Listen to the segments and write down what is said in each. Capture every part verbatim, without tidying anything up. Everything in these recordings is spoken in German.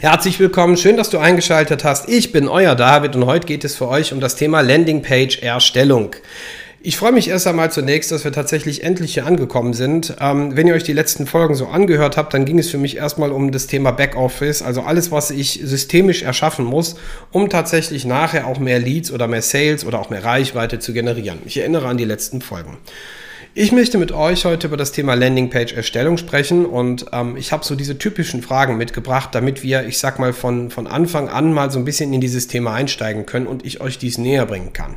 Herzlich willkommen, schön, dass du eingeschaltet hast. Ich bin euer David und heute geht es für euch um das Thema Landingpage-Erstellung. Ich freue mich erst einmal zunächst, dass wir tatsächlich endlich hier angekommen sind. Ähm, wenn ihr euch die letzten Folgen so angehört habt, dann ging es für mich erstmal um das Thema Backoffice, also alles, was ich systemisch erschaffen muss, um tatsächlich nachher auch mehr Leads oder mehr Sales oder auch mehr Reichweite zu generieren. Ich erinnere an die letzten Folgen. Ich möchte mit euch heute über das Thema Landingpage-Erstellung sprechen und ähm, ich habe so diese typischen Fragen mitgebracht, damit wir, ich sag mal, von, von Anfang an mal so ein bisschen in dieses Thema einsteigen können und ich euch dies näher bringen kann.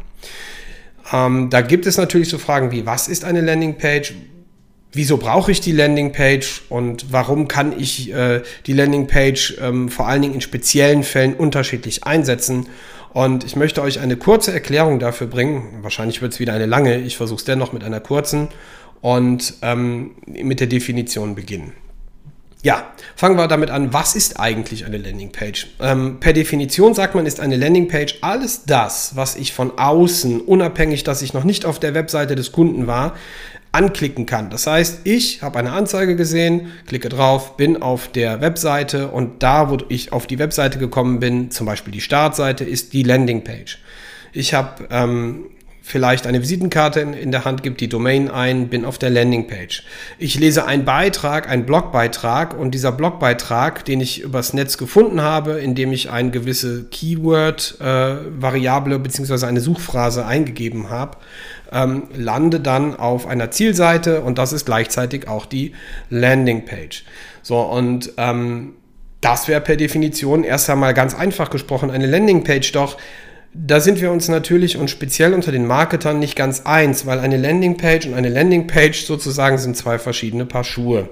Ähm, da gibt es natürlich so Fragen wie, was ist eine Landingpage? Wieso brauche ich die Landingpage und warum kann ich äh, die Landingpage ähm, vor allen Dingen in speziellen Fällen unterschiedlich einsetzen? Und ich möchte euch eine kurze Erklärung dafür bringen. Wahrscheinlich wird es wieder eine lange. Ich versuche es dennoch mit einer kurzen und ähm, mit der Definition beginnen. Ja, fangen wir damit an. Was ist eigentlich eine Landingpage? Ähm, per Definition sagt man, ist eine Landingpage alles das, was ich von außen, unabhängig, dass ich noch nicht auf der Webseite des Kunden war, anklicken kann. Das heißt, ich habe eine Anzeige gesehen, klicke drauf, bin auf der Webseite und da, wo ich auf die Webseite gekommen bin, zum Beispiel die Startseite, ist die Landingpage. Ich habe ähm, vielleicht eine Visitenkarte in, in der Hand, gebe die Domain ein, bin auf der Landingpage. Ich lese einen Beitrag, einen Blogbeitrag und dieser Blogbeitrag, den ich übers Netz gefunden habe, indem ich eine gewisse Keyword-Variable äh, bzw. eine Suchphrase eingegeben habe, ähm, lande dann auf einer Zielseite und das ist gleichzeitig auch die Landingpage. So, und ähm, das wäre per Definition erst einmal ganz einfach gesprochen eine Landingpage, doch da sind wir uns natürlich und speziell unter den Marketern nicht ganz eins, weil eine Landingpage und eine Landingpage sozusagen sind zwei verschiedene Paar Schuhe.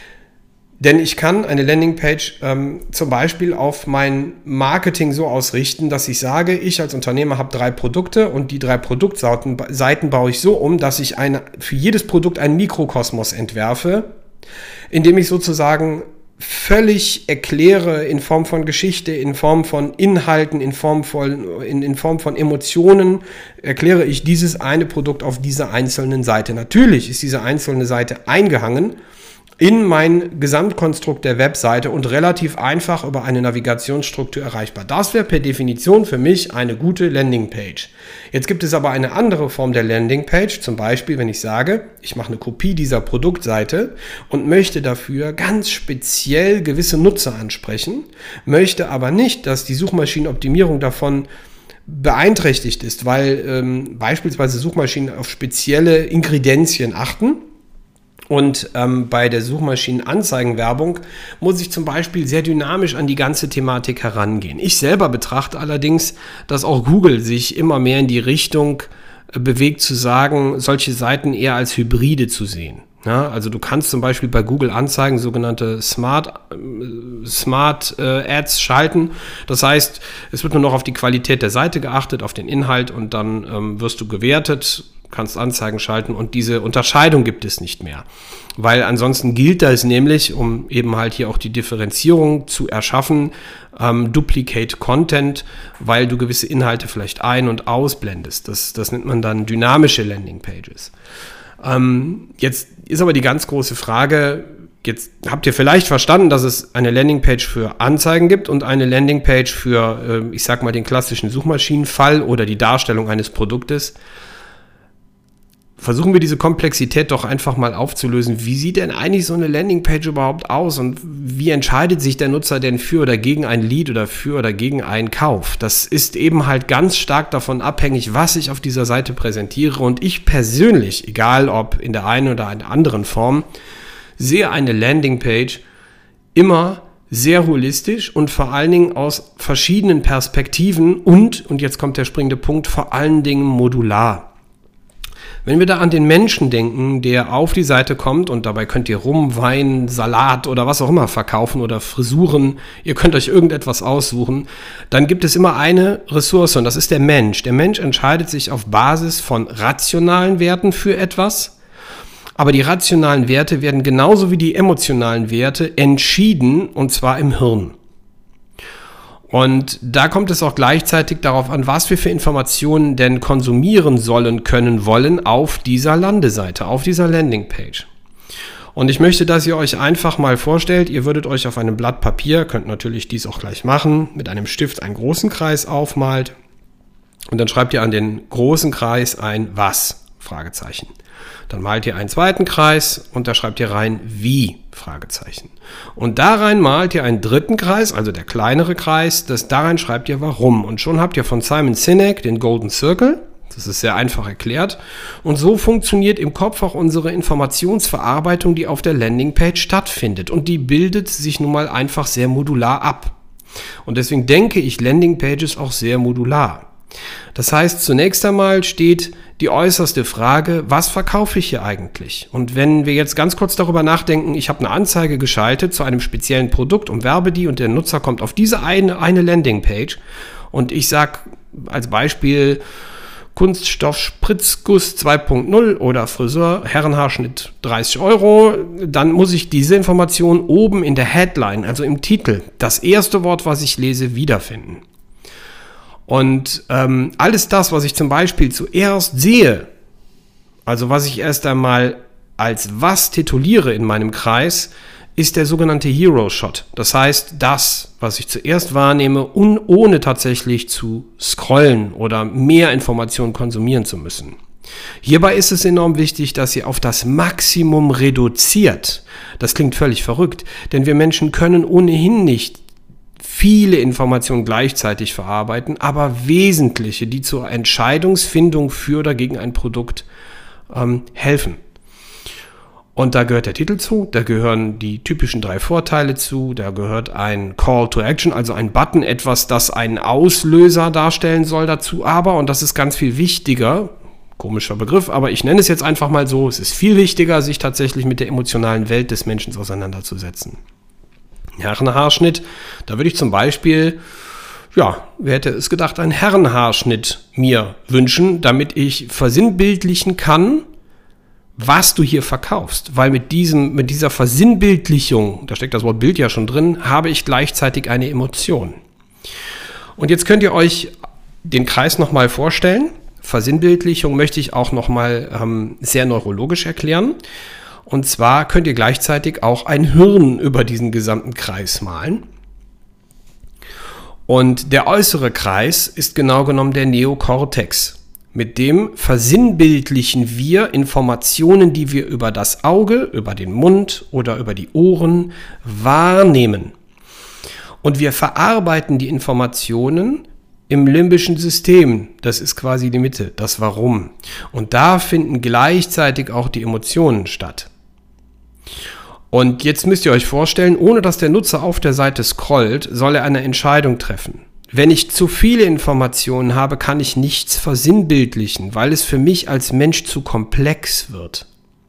Denn ich kann eine Landingpage ähm, zum Beispiel auf mein Marketing so ausrichten, dass ich sage, ich als Unternehmer habe drei Produkte und die drei Produktseiten Seiten baue ich so um, dass ich eine, für jedes Produkt einen Mikrokosmos entwerfe, indem ich sozusagen völlig erkläre in Form von Geschichte, in Form von Inhalten, in Form von, in, in Form von Emotionen, erkläre ich dieses eine Produkt auf dieser einzelnen Seite. Natürlich ist diese einzelne Seite eingehangen in mein Gesamtkonstrukt der Webseite und relativ einfach über eine Navigationsstruktur erreichbar. Das wäre per Definition für mich eine gute Landingpage. Jetzt gibt es aber eine andere Form der Landingpage, zum Beispiel, wenn ich sage, ich mache eine Kopie dieser Produktseite und möchte dafür ganz speziell gewisse Nutzer ansprechen, möchte aber nicht, dass die Suchmaschinenoptimierung davon beeinträchtigt ist, weil ähm, beispielsweise Suchmaschinen auf spezielle Ingredienzien achten. Und ähm, bei der Suchmaschinenanzeigenwerbung muss ich zum Beispiel sehr dynamisch an die ganze Thematik herangehen. Ich selber betrachte allerdings, dass auch Google sich immer mehr in die Richtung äh, bewegt, zu sagen, solche Seiten eher als Hybride zu sehen. Ja, also du kannst zum Beispiel bei Google Anzeigen sogenannte Smart, äh, Smart äh, Ads schalten. Das heißt, es wird nur noch auf die Qualität der Seite geachtet, auf den Inhalt und dann ähm, wirst du gewertet, kannst Anzeigen schalten und diese Unterscheidung gibt es nicht mehr. Weil ansonsten gilt das nämlich, um eben halt hier auch die Differenzierung zu erschaffen, ähm, Duplicate Content, weil du gewisse Inhalte vielleicht ein- und ausblendest. Das, das nennt man dann dynamische Landingpages. Ähm, jetzt ist aber die ganz große Frage, jetzt habt ihr vielleicht verstanden, dass es eine Landingpage für Anzeigen gibt und eine Landingpage für, äh, ich sag mal, den klassischen Suchmaschinenfall oder die Darstellung eines Produktes. Versuchen wir diese Komplexität doch einfach mal aufzulösen. Wie sieht denn eigentlich so eine Landingpage überhaupt aus und wie entscheidet sich der Nutzer denn für oder gegen ein Lead oder für oder gegen einen Kauf? Das ist eben halt ganz stark davon abhängig, was ich auf dieser Seite präsentiere und ich persönlich, egal ob in der einen oder in der anderen Form, sehe eine Landingpage immer sehr holistisch und vor allen Dingen aus verschiedenen Perspektiven und, und jetzt kommt der springende Punkt, vor allen Dingen modular. Wenn wir da an den Menschen denken, der auf die Seite kommt und dabei könnt ihr Rum, Wein, Salat oder was auch immer verkaufen oder Frisuren, ihr könnt euch irgendetwas aussuchen, dann gibt es immer eine Ressource und das ist der Mensch. Der Mensch entscheidet sich auf Basis von rationalen Werten für etwas, aber die rationalen Werte werden genauso wie die emotionalen Werte entschieden und zwar im Hirn. Und da kommt es auch gleichzeitig darauf an, was wir für Informationen denn konsumieren sollen, können, wollen auf dieser Landeseite, auf dieser Landingpage. Und ich möchte, dass ihr euch einfach mal vorstellt, ihr würdet euch auf einem Blatt Papier, könnt natürlich dies auch gleich machen, mit einem Stift einen großen Kreis aufmalt und dann schreibt ihr an den großen Kreis ein Was? Fragezeichen. Dann malt ihr einen zweiten Kreis und da schreibt ihr rein Wie? Fragezeichen. Und da rein malt ihr einen dritten Kreis, also der kleinere Kreis, das, da rein schreibt ihr Warum. Und schon habt ihr von Simon Sinek den Golden Circle. Das ist sehr einfach erklärt. Und so funktioniert im Kopf auch unsere Informationsverarbeitung, die auf der Landingpage stattfindet. Und die bildet sich nun mal einfach sehr modular ab. Und deswegen denke ich Landingpages auch sehr modular. Das heißt, zunächst einmal steht die äußerste Frage, was verkaufe ich hier eigentlich? Und wenn wir jetzt ganz kurz darüber nachdenken, ich habe eine Anzeige geschaltet zu einem speziellen Produkt und werbe die und der Nutzer kommt auf diese eine, eine Landingpage und ich sage als Beispiel Kunststoff Spritzguss zwei Punkt null oder Friseur Herrenhaarschnitt dreißig Euro, dann muss ich diese Information oben in der Headline, also im Titel, das erste Wort, was ich lese, wiederfinden. Und ähm, alles das, was ich zum Beispiel zuerst sehe, also was ich erst einmal als was tituliere in meinem Kreis, ist der sogenannte Hero Shot. Das heißt, das, was ich zuerst wahrnehme, un- ohne tatsächlich zu scrollen oder mehr Informationen konsumieren zu müssen. Hierbei ist es enorm wichtig, dass ihr auf das Maximum reduziert. Das klingt völlig verrückt, denn wir Menschen können ohnehin nicht viele Informationen gleichzeitig verarbeiten, aber wesentliche, die zur Entscheidungsfindung für oder gegen ein Produkt ähm, helfen. Und da gehört der Titel zu, da gehören die typischen drei Vorteile zu, da gehört ein Call to Action, also ein Button, etwas, das einen Auslöser darstellen soll dazu, aber, und das ist ganz viel wichtiger, komischer Begriff, aber ich nenne es jetzt einfach mal so, es ist viel wichtiger, sich tatsächlich mit der emotionalen Welt des Menschen auseinanderzusetzen. Herrenhaarschnitt, da würde ich zum Beispiel, ja, wer hätte es gedacht, einen Herrenhaarschnitt mir wünschen, damit ich versinnbildlichen kann, was du hier verkaufst. Weil mit diesem, mit dieser Versinnbildlichung, da steckt das Wort Bild ja schon drin, habe ich gleichzeitig eine Emotion. Und jetzt könnt ihr euch den Kreis nochmal vorstellen. Versinnbildlichung möchte ich auch nochmal ähm, sehr neurologisch erklären. Und zwar könnt ihr gleichzeitig auch ein Hirn über diesen gesamten Kreis malen. Und der äußere Kreis ist genau genommen der Neokortex. Mit dem versinnbildlichen wir Informationen, die wir über das Auge, über den Mund oder über die Ohren wahrnehmen. Und wir verarbeiten die Informationen im limbischen System, das ist quasi die Mitte, das Warum. Und da finden gleichzeitig auch die Emotionen statt. Und jetzt müsst ihr euch vorstellen, ohne dass der Nutzer auf der Seite scrollt, soll er eine Entscheidung treffen. Wenn ich zu viele Informationen habe, kann ich nichts versinnbildlichen, weil es für mich als Mensch zu komplex wird.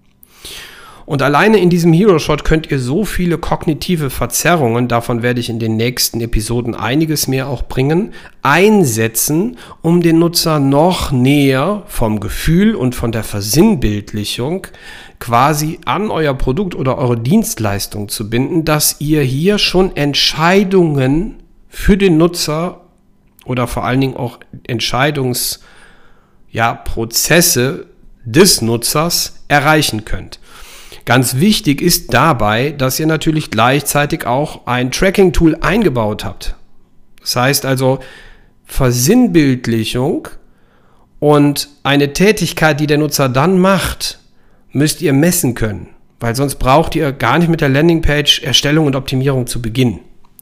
Und alleine in diesem Hero Shot könnt ihr so viele kognitive Verzerrungen, davon werde ich in den nächsten Episoden einiges mehr auch bringen, einsetzen, um den Nutzer noch näher vom Gefühl und von der Versinnbildlichung quasi an euer Produkt oder eure Dienstleistung zu binden, dass ihr hier schon Entscheidungen für den Nutzer oder vor allen Dingen auch Entscheidungsprozesse ja, Prozesse des Nutzers erreichen könnt. Ganz wichtig ist dabei, dass ihr natürlich gleichzeitig auch ein Tracking-Tool eingebaut habt. Das heißt also Versinnbildlichung und eine Tätigkeit, die der Nutzer dann macht, müsst ihr messen können, weil sonst braucht ihr gar nicht mit der Landingpage-Erstellung und Optimierung zu beginnen.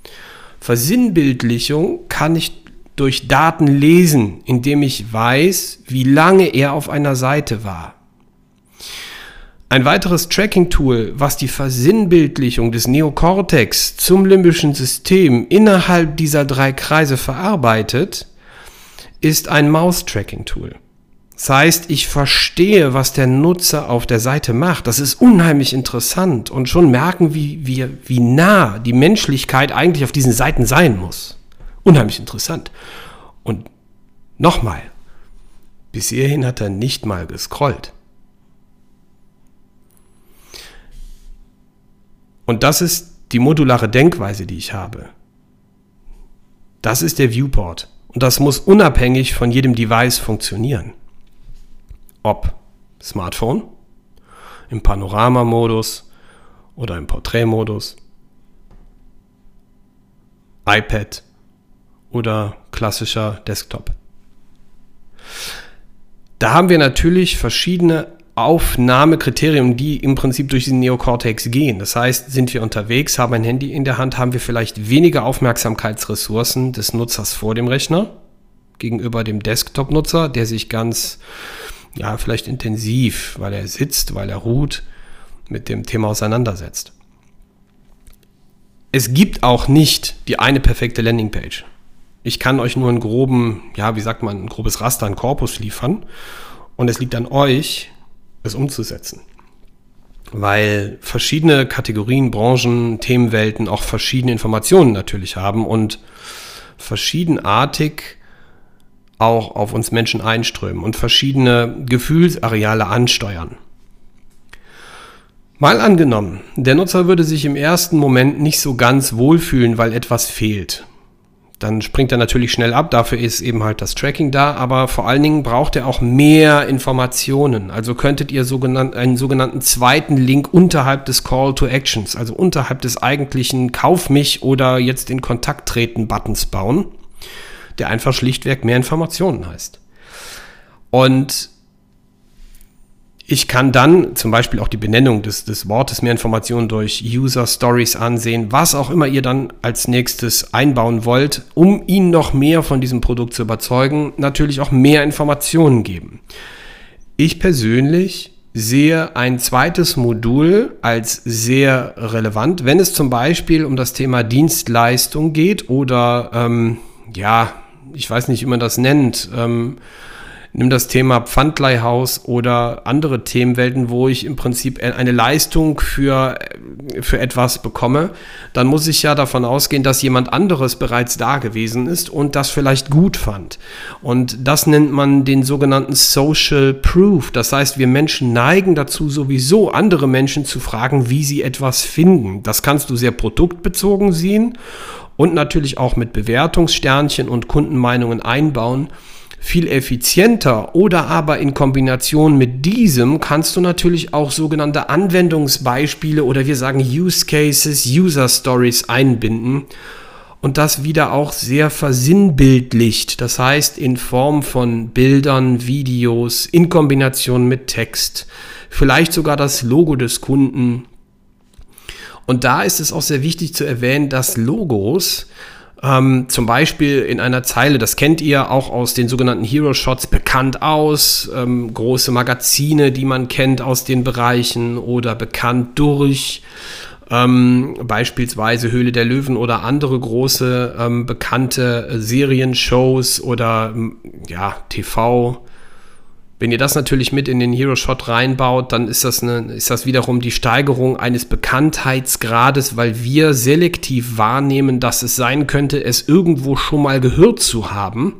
Versinnbildlichung kann ich durch Daten lesen, indem ich weiß, wie lange er auf einer Seite war. Ein weiteres Tracking-Tool, was die Versinnbildlichung des Neokortex zum limbischen System innerhalb dieser drei Kreise verarbeitet, ist ein Mouse-Tracking-Tool. Das heißt, ich verstehe, was der Nutzer auf der Seite macht. Das ist unheimlich interessant und schon merken, wie, wie, wie nah die Menschlichkeit eigentlich auf diesen Seiten sein muss. Unheimlich interessant. Und nochmal, bis hierhin hat er nicht mal gescrollt. Und das ist die modulare Denkweise, die ich habe. Das ist der Viewport. Und das muss unabhängig von jedem Device funktionieren. Ob Smartphone, im Panoramamodus oder im Porträtmodus, iPad oder klassischer Desktop. Da haben wir natürlich verschiedene Aufnahmekriterien, die im Prinzip durch diesen Neocortex gehen. Das heißt, sind wir unterwegs, haben ein Handy in der Hand, haben wir vielleicht weniger Aufmerksamkeitsressourcen des Nutzers vor dem Rechner gegenüber dem Desktop-Nutzer, der sich ganz, ja, vielleicht intensiv, weil er sitzt, weil er ruht, mit dem Thema auseinandersetzt. Es gibt auch nicht die eine perfekte Landingpage. Ich kann euch nur einen groben, ja, wie sagt man, ein grobes Raster, einen Korpus liefern und es liegt an euch, es umzusetzen. Weil verschiedene Kategorien, Branchen, Themenwelten auch verschiedene Informationen natürlich haben und verschiedenartig auch auf uns Menschen einströmen und verschiedene Gefühlsareale ansteuern. Mal angenommen, der Nutzer würde sich im ersten Moment nicht so ganz wohlfühlen, weil etwas fehlt. Dann springt er natürlich schnell ab, dafür ist eben halt das Tracking da, aber vor allen Dingen braucht er auch mehr Informationen. Also könntet ihr sogenannt, einen sogenannten zweiten Link unterhalb des Call to Actions, also unterhalb des eigentlichen Kauf mich oder jetzt in Kontakt treten Buttons bauen, der einfach schlichtweg mehr Informationen heißt. Und ich kann dann zum Beispiel auch die Benennung des, des Wortes mehr Informationen durch User Stories ansehen, was auch immer ihr dann als nächstes einbauen wollt, um ihn noch mehr von diesem Produkt zu überzeugen, natürlich auch mehr Informationen geben. Ich persönlich sehe ein zweites Modul als sehr relevant, wenn es zum Beispiel um das Thema Dienstleistung geht oder, ähm, ja, ich weiß nicht, wie man das nennt, ähm, nimm das Thema Pfandleihhaus oder andere Themenwelten, wo ich im Prinzip eine Leistung für, für etwas bekomme, dann muss ich ja davon ausgehen, dass jemand anderes bereits da gewesen ist und das vielleicht gut fand. Und das nennt man den sogenannten Social Proof. Das heißt, wir Menschen neigen dazu, sowieso andere Menschen zu fragen, wie sie etwas finden. Das kannst du sehr produktbezogen sehen und natürlich auch mit Bewertungssternchen und Kundenmeinungen einbauen. Viel effizienter oder aber in Kombination mit diesem kannst du natürlich auch sogenannte Anwendungsbeispiele oder wir sagen Use Cases, User Stories einbinden und das wieder auch sehr versinnbildlicht. Das heißt in Form von Bildern, Videos, in Kombination mit Text, vielleicht sogar das Logo des Kunden. Und da ist es auch sehr wichtig zu erwähnen, dass Logos Ähm, zum Beispiel in einer Zeile, das kennt ihr auch aus den sogenannten Hero Shots bekannt aus, ähm, große Magazine, die man kennt aus den Bereichen oder bekannt durch, ähm, beispielsweise Höhle der Löwen oder andere große ähm, bekannte Serienshows oder ja, T V. Wenn ihr das natürlich mit in den Hero Shot reinbaut, dann ist das, eine, ist das wiederum die Steigerung eines Bekanntheitsgrades, weil wir selektiv wahrnehmen, dass es sein könnte, es irgendwo schon mal gehört zu haben.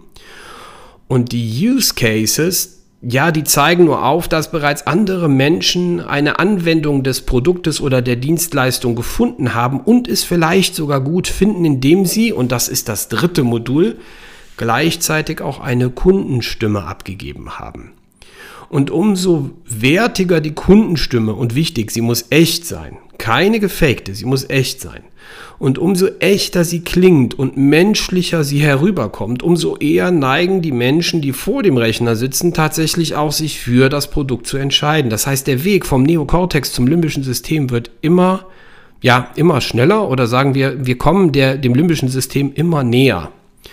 Und die Use Cases, ja, die zeigen nur auf, dass bereits andere Menschen eine Anwendung des Produktes oder der Dienstleistung gefunden haben und es vielleicht sogar gut finden, indem sie, und das ist das dritte Modul, gleichzeitig auch eine Kundenstimme abgegeben haben. Und umso wertiger die Kundenstimme und wichtig, sie muss echt sein, keine gefakte, sie muss echt sein. Und umso echter sie klingt und menschlicher sie herüberkommt, umso eher neigen die Menschen, die vor dem Rechner sitzen, tatsächlich auch sich für das Produkt zu entscheiden. Das heißt, der Weg vom Neokortex zum limbischen System wird immer, ja, immer schneller oder sagen wir, wir kommen der, dem limbischen System immer näher.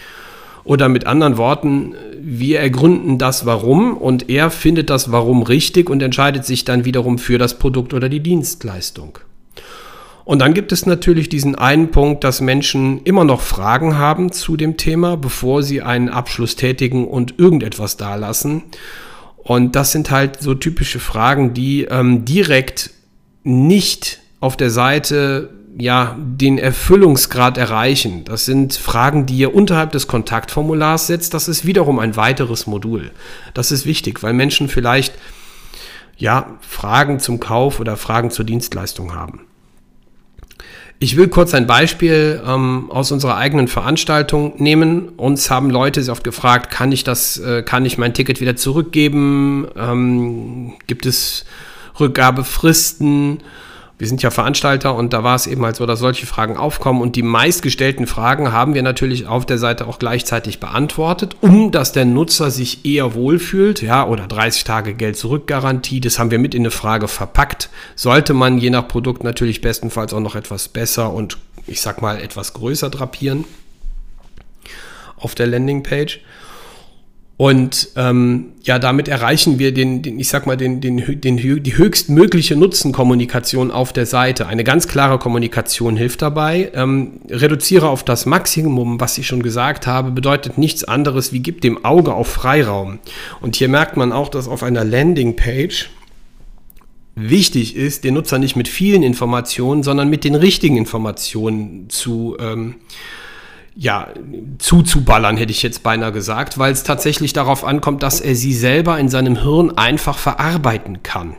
Oder mit anderen Worten, wir ergründen das Warum und er findet das Warum richtig und entscheidet sich dann wiederum für das Produkt oder die Dienstleistung. Und dann gibt es natürlich diesen einen Punkt, dass Menschen immer noch Fragen haben zu dem Thema, bevor sie einen Abschluss tätigen und irgendetwas dalassen. Und das sind halt so typische Fragen, die ähm, direkt nicht auf der Seite ja, den Erfüllungsgrad erreichen. Das sind Fragen, die ihr unterhalb des Kontaktformulars setzt. Das ist wiederum ein weiteres Modul. Das ist wichtig, weil Menschen vielleicht ja, Fragen zum Kauf oder Fragen zur Dienstleistung haben. Ich will kurz ein Beispiel ähm, aus unserer eigenen Veranstaltung nehmen. Uns haben Leute sehr oft gefragt, kann ich das, äh, kann ich mein Ticket wieder zurückgeben? Ähm, gibt es Rückgabefristen? wir sind ja Veranstalter und da war es eben halt so, dass solche Fragen aufkommen und die meistgestellten Fragen haben wir natürlich auf der Seite auch gleichzeitig beantwortet, um dass der Nutzer sich eher wohlfühlt, ja, oder dreißig Tage Geld-Zurück-Garantie, das haben wir mit in eine Frage verpackt. Sollte man je nach Produkt natürlich bestenfalls auch noch etwas besser und ich sag mal etwas größer drapieren auf der Landingpage. Und ähm, ja, damit erreichen wir den, den ich sag mal, den, den, den, die höchstmögliche Nutzenkommunikation auf der Seite. Eine ganz klare Kommunikation hilft dabei. Ähm, reduziere auf das Maximum, was ich schon gesagt habe, bedeutet nichts anderes wie gib dem Auge auf Freiraum. Und hier merkt man auch, dass auf einer Landingpage wichtig ist, den Nutzer nicht mit vielen Informationen, sondern mit den richtigen Informationen zu ähm, ja, zuzuballern, hätte ich jetzt beinahe gesagt, weil es tatsächlich darauf ankommt, dass er sie selber in seinem Hirn einfach verarbeiten kann.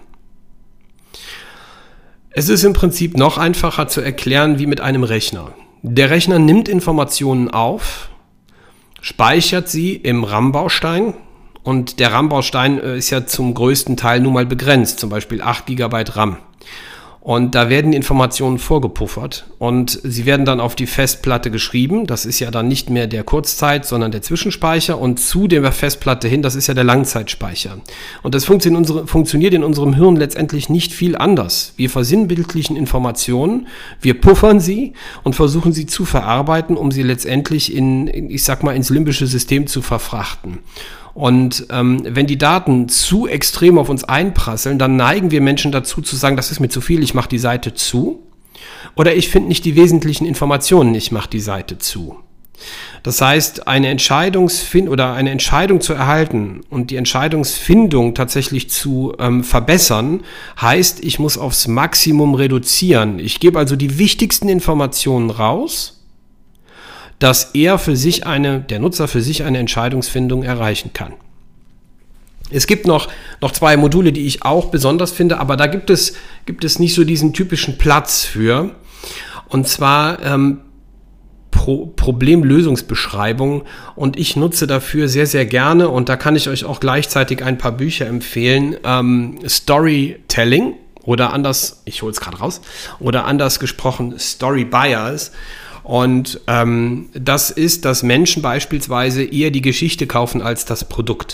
Es ist im Prinzip noch einfacher zu erklären wie mit einem Rechner. Der Rechner nimmt Informationen auf, speichert sie im RAM-Baustein und der RAM-Baustein ist ja zum größten Teil nun mal begrenzt, zum Beispiel acht Gigabyte RAM. Und da werden die Informationen vorgepuffert und sie werden dann auf die Festplatte geschrieben. Das ist ja dann nicht mehr der Kurzzeit, sondern der Zwischenspeicher und zu der Festplatte hin, das ist ja der Langzeitspeicher. Und das funktioniert in unserem Hirn letztendlich nicht viel anders. Wir versinnbildlichen Informationen, wir puffern sie und versuchen sie zu verarbeiten, um sie letztendlich in, ich sag mal, ins limbische System zu verfrachten. Und ähm, wenn die Daten zu extrem auf uns einprasseln, dann neigen wir Menschen dazu zu sagen, das ist mir zu viel, ich mache die Seite zu. Oder ich finde nicht die wesentlichen Informationen, ich mache die Seite zu. Das heißt, eine Entscheidungsfind oder eine Entscheidung zu erhalten und die Entscheidungsfindung tatsächlich zu ähm, verbessern, heißt, ich muss aufs Maximum reduzieren. Ich gebe also die wichtigsten Informationen raus, dass er für sich eine, der Nutzer für sich eine Entscheidungsfindung erreichen kann. Es gibt noch, noch zwei Module, die ich auch besonders finde, aber da gibt es, gibt es nicht so diesen typischen Platz für. Und zwar ähm, Pro, Problemlösungsbeschreibung. Und ich nutze dafür sehr, sehr gerne, und da kann ich euch auch gleichzeitig ein paar Bücher empfehlen, ähm, Storytelling oder anders, ich hole es gerade raus, oder anders gesprochen Story Buyers. Und ähm, das ist, dass Menschen beispielsweise eher die Geschichte kaufen als das Produkt.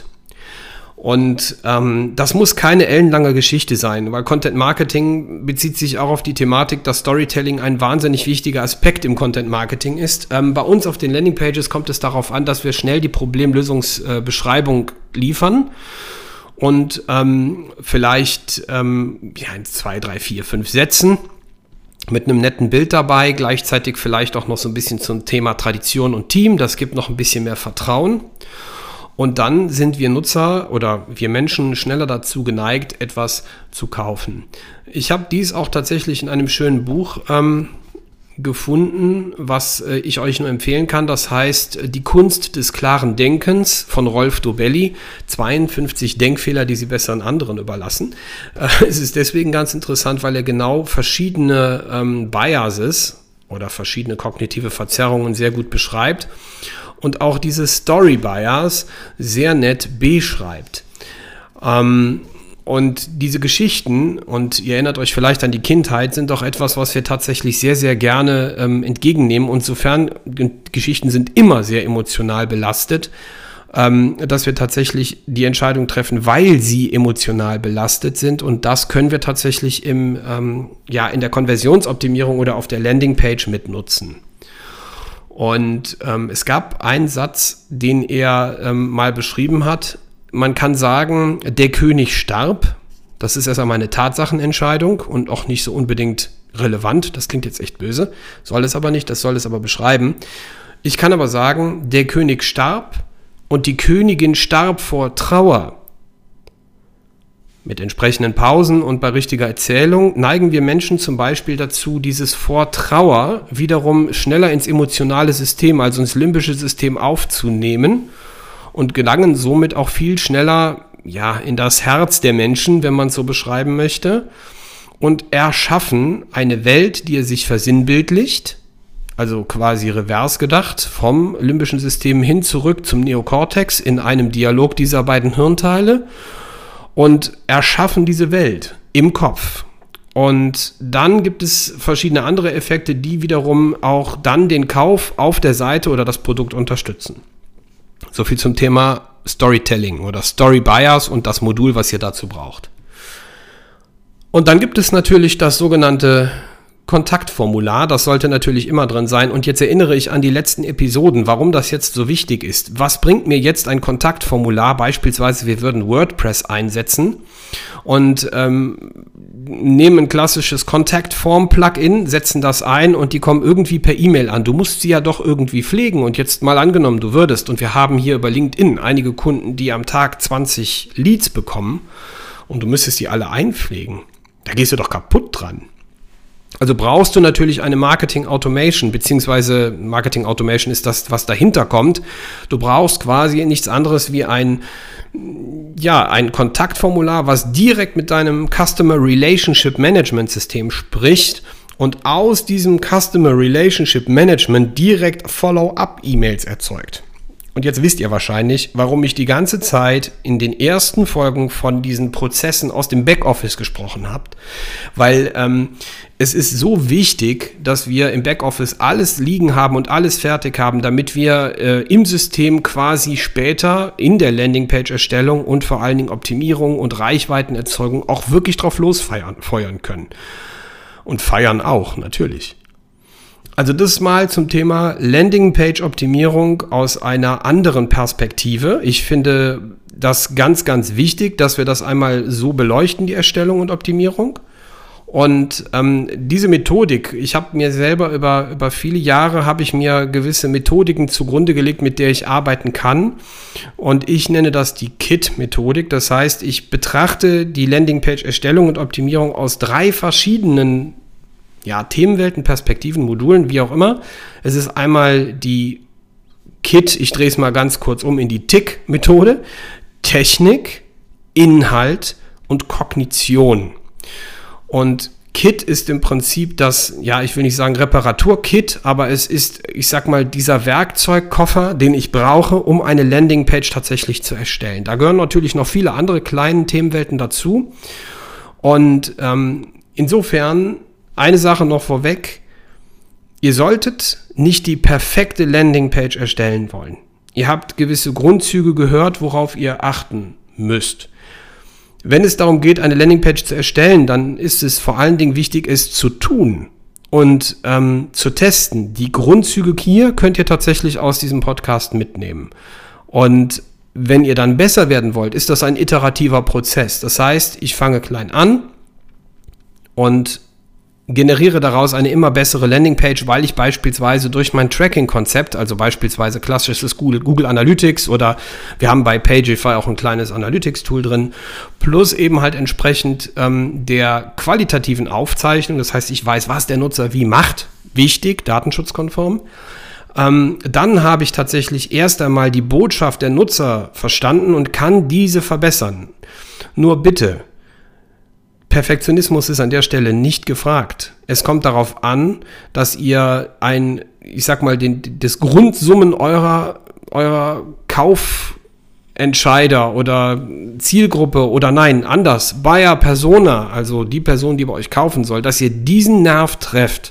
Und ähm, das muss keine ellenlange Geschichte sein, weil Content Marketing bezieht sich auch auf die Thematik, dass Storytelling ein wahnsinnig wichtiger Aspekt im Content Marketing ist. Ähm, bei uns auf den Landingpages kommt es darauf an, dass wir schnell die Problemlösungsbeschreibung äh, liefern und ähm, vielleicht ähm, ja, in zwei, drei, vier, fünf Sätzen mit einem netten Bild dabei, gleichzeitig vielleicht auch noch so ein bisschen zum Thema Tradition und Team. Das gibt noch ein bisschen mehr Vertrauen. Und dann sind wir Nutzer oder wir Menschen schneller dazu geneigt, etwas zu kaufen. Ich habe dies auch tatsächlich in einem schönen Buch ähm, gefunden, was äh, ich euch nur empfehlen kann. Das heißt Die Kunst des klaren Denkens von Rolf Dobelli. zweiundfünfzig Denkfehler, die Sie besser an anderen überlassen. Äh, es ist deswegen ganz interessant, weil er genau verschiedene ähm, Biases oder verschiedene kognitive Verzerrungen sehr gut beschreibt und auch diese Story Bias sehr nett beschreibt. Ähm, Und diese Geschichten, und ihr erinnert euch vielleicht an die Kindheit, sind doch etwas, was wir tatsächlich sehr, sehr gerne ähm, entgegennehmen. Und sofern Geschichten sind immer sehr emotional belastet, ähm, dass wir tatsächlich die Entscheidung treffen, weil sie emotional belastet sind. Und das können wir tatsächlich im, ähm, ja, in der Konversionsoptimierung oder auf der Landingpage mitnutzen. Und ähm, es gab einen Satz, den er ähm, mal beschrieben hat. Man kann sagen, der König starb. Das ist erst einmal eine Tatsachenentscheidung und auch nicht so unbedingt relevant. Das klingt jetzt echt böse, soll es aber nicht, das soll es aber beschreiben. Ich kann aber sagen, der König starb und die Königin starb vor Trauer. Mit entsprechenden Pausen und bei richtiger Erzählung neigen wir Menschen zum Beispiel dazu, dieses vor Trauer wiederum schneller ins emotionale System, also ins limbische System aufzunehmen und gelangen somit auch viel schneller ja, in das Herz der Menschen, wenn man es so beschreiben möchte, und erschaffen eine Welt, die er sich versinnbildlicht, also quasi revers gedacht, vom limbischen System hin zurück zum Neokortex in einem Dialog dieser beiden Hirnteile und erschaffen diese Welt im Kopf. Und dann gibt es verschiedene andere Effekte, die wiederum auch dann den Kauf auf der Seite oder das Produkt unterstützen. So viel zum Thema Storytelling oder Story Buyers und das Modul, was ihr dazu braucht. Und dann gibt es natürlich das sogenannte Kontaktformular, das sollte natürlich immer drin sein. Und jetzt erinnere ich an die letzten Episoden, warum das jetzt so wichtig ist. Was bringt mir jetzt ein Kontaktformular? Beispielsweise, wir würden WordPress einsetzen und ähm, nehmen ein klassisches Contact-Form-Plugin, setzen das ein und die kommen irgendwie per E-Mail an. Du musst sie ja doch irgendwie pflegen. Und jetzt mal angenommen, du würdest, und wir haben hier über LinkedIn einige Kunden, die am Tag zwanzig Leads bekommen und du müsstest die alle einpflegen. Da gehst du doch kaputt dran. Also brauchst du natürlich eine Marketing Automation, beziehungsweise Marketing Automation ist das, was dahinter kommt. Du brauchst quasi nichts anderes wie ein, ja, ein Kontaktformular, was direkt mit deinem Customer Relationship Management System spricht und aus diesem Customer Relationship Management direkt Follow-up-E-Mails erzeugt. Und jetzt wisst ihr wahrscheinlich, warum ich die ganze Zeit in den ersten Folgen von diesen Prozessen aus dem Backoffice gesprochen habe. Weil ähm, es ist so wichtig, dass wir im Backoffice alles liegen haben und alles fertig haben, damit wir äh, im System quasi später in der Landingpage-Erstellung und vor allen Dingen Optimierung und Reichweitenerzeugung auch wirklich drauf losfeuern feuern können. Und feiern auch, natürlich. Also das mal zum Thema Landingpage-Optimierung aus einer anderen Perspektive. Ich finde das ganz, ganz wichtig, dass wir das einmal so beleuchten, die Erstellung und Optimierung. Und ähm, diese Methodik, ich habe mir selber über, über viele Jahre, habe ich mir gewisse Methodiken zugrunde gelegt, mit der ich arbeiten kann. Und ich nenne das die K I T-Methodik. Das heißt, ich betrachte die Landingpage-Erstellung und Optimierung aus drei verschiedenen ja, Themenwelten, Perspektiven, Modulen, wie auch immer. Es ist einmal die K I T, ich drehe es mal ganz kurz um in die T I C-Methode, Technik, Inhalt und Kognition. Und K I T ist im Prinzip das, ja, ich will nicht sagen Reparatur-Kit, aber es ist, ich sag mal, dieser Werkzeugkoffer, den ich brauche, um eine Landingpage tatsächlich zu erstellen. Da gehören natürlich noch viele andere kleine Themenwelten dazu. Und ähm, insofern eine Sache noch vorweg, ihr solltet nicht die perfekte Landingpage erstellen wollen. Ihr habt gewisse Grundzüge gehört, worauf ihr achten müsst. Wenn es darum geht, eine Landingpage zu erstellen, dann ist es vor allen Dingen wichtig, es zu tun und ähm, zu testen. Die Grundzüge hier könnt ihr tatsächlich aus diesem Podcast mitnehmen. Und wenn ihr dann besser werden wollt, ist das ein iterativer Prozess. Das heißt, ich fange klein an und generiere daraus eine immer bessere Landingpage, weil ich beispielsweise durch mein Tracking-Konzept, also beispielsweise klassisches Google, Google Analytics oder wir haben bei Pagify auch ein kleines Analytics-Tool drin, plus eben halt entsprechend ähm, der qualitativen Aufzeichnung, das heißt, ich weiß, was der Nutzer wie macht, wichtig, datenschutzkonform. Ähm, dann habe ich tatsächlich erst einmal die Botschaft der Nutzer verstanden und kann diese verbessern. Nur bitte, Perfektionismus ist an der Stelle nicht gefragt. Es kommt darauf an, dass ihr ein, ich sag mal, den, das Grundsummen eurer, eurer Kaufentscheider oder Zielgruppe oder nein, anders, Buyer Persona, also die Person, die bei euch kaufen soll, dass ihr diesen Nerv trefft.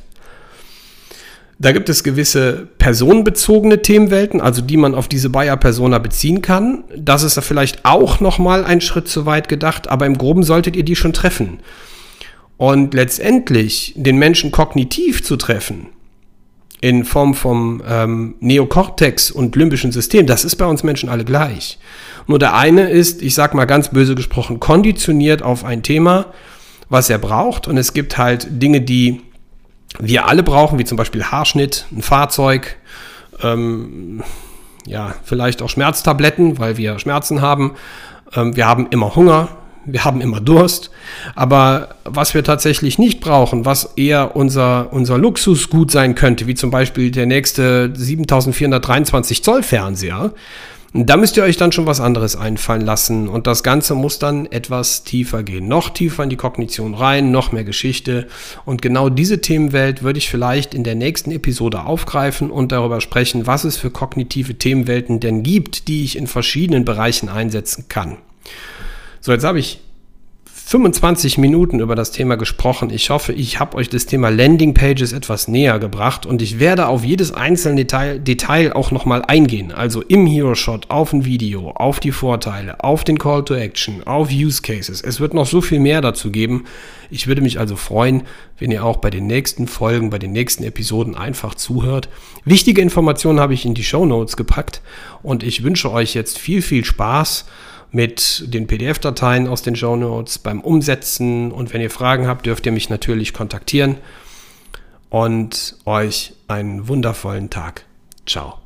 Da gibt es gewisse personenbezogene Themenwelten, also die man auf diese Buyer-Persona beziehen kann. Das ist ja vielleicht auch nochmal ein Schritt zu weit gedacht, aber im Groben solltet ihr die schon treffen. Und letztendlich den Menschen kognitiv zu treffen, in Form vom ähm, Neokortex und limbischen System, das ist bei uns Menschen alle gleich. Nur der eine ist, ich sag mal ganz böse gesprochen, konditioniert auf ein Thema, was er braucht. Und es gibt halt Dinge, die wir alle brauchen, wie zum Beispiel Haarschnitt, ein Fahrzeug, ähm, ja, vielleicht auch Schmerztabletten, weil wir Schmerzen haben. Ähm, wir haben immer Hunger, wir haben immer Durst. Aber was wir tatsächlich nicht brauchen, was eher unser, unser Luxusgut sein könnte, wie zum Beispiel der nächste siebentausendvierhundertdreiundzwanzig Zoll Fernseher, da müsst ihr euch dann schon was anderes einfallen lassen und das Ganze muss dann etwas tiefer gehen, noch tiefer in die Kognition rein, noch mehr Geschichte und genau diese Themenwelt würde ich vielleicht in der nächsten Episode aufgreifen und darüber sprechen, was es für kognitive Themenwelten denn gibt, die ich in verschiedenen Bereichen einsetzen kann. So, jetzt habe ich fünfundzwanzig Minuten über das Thema gesprochen. Ich hoffe, ich habe euch das Thema Landingpages etwas näher gebracht und ich werde auf jedes einzelne Detail, Detail auch nochmal eingehen. Also im Hero-Shot, auf ein Video, auf die Vorteile, auf den Call to Action, auf Use Cases. Es wird noch so viel mehr dazu geben. Ich würde mich also freuen, wenn ihr auch bei den nächsten Folgen, bei den nächsten Episoden einfach zuhört. Wichtige Informationen habe ich in die Shownotes gepackt und ich wünsche euch jetzt viel, viel Spaß mit den P D F-Dateien aus den Shownotes beim Umsetzen, und wenn ihr Fragen habt, dürft ihr mich natürlich kontaktieren und euch einen wundervollen Tag. Ciao.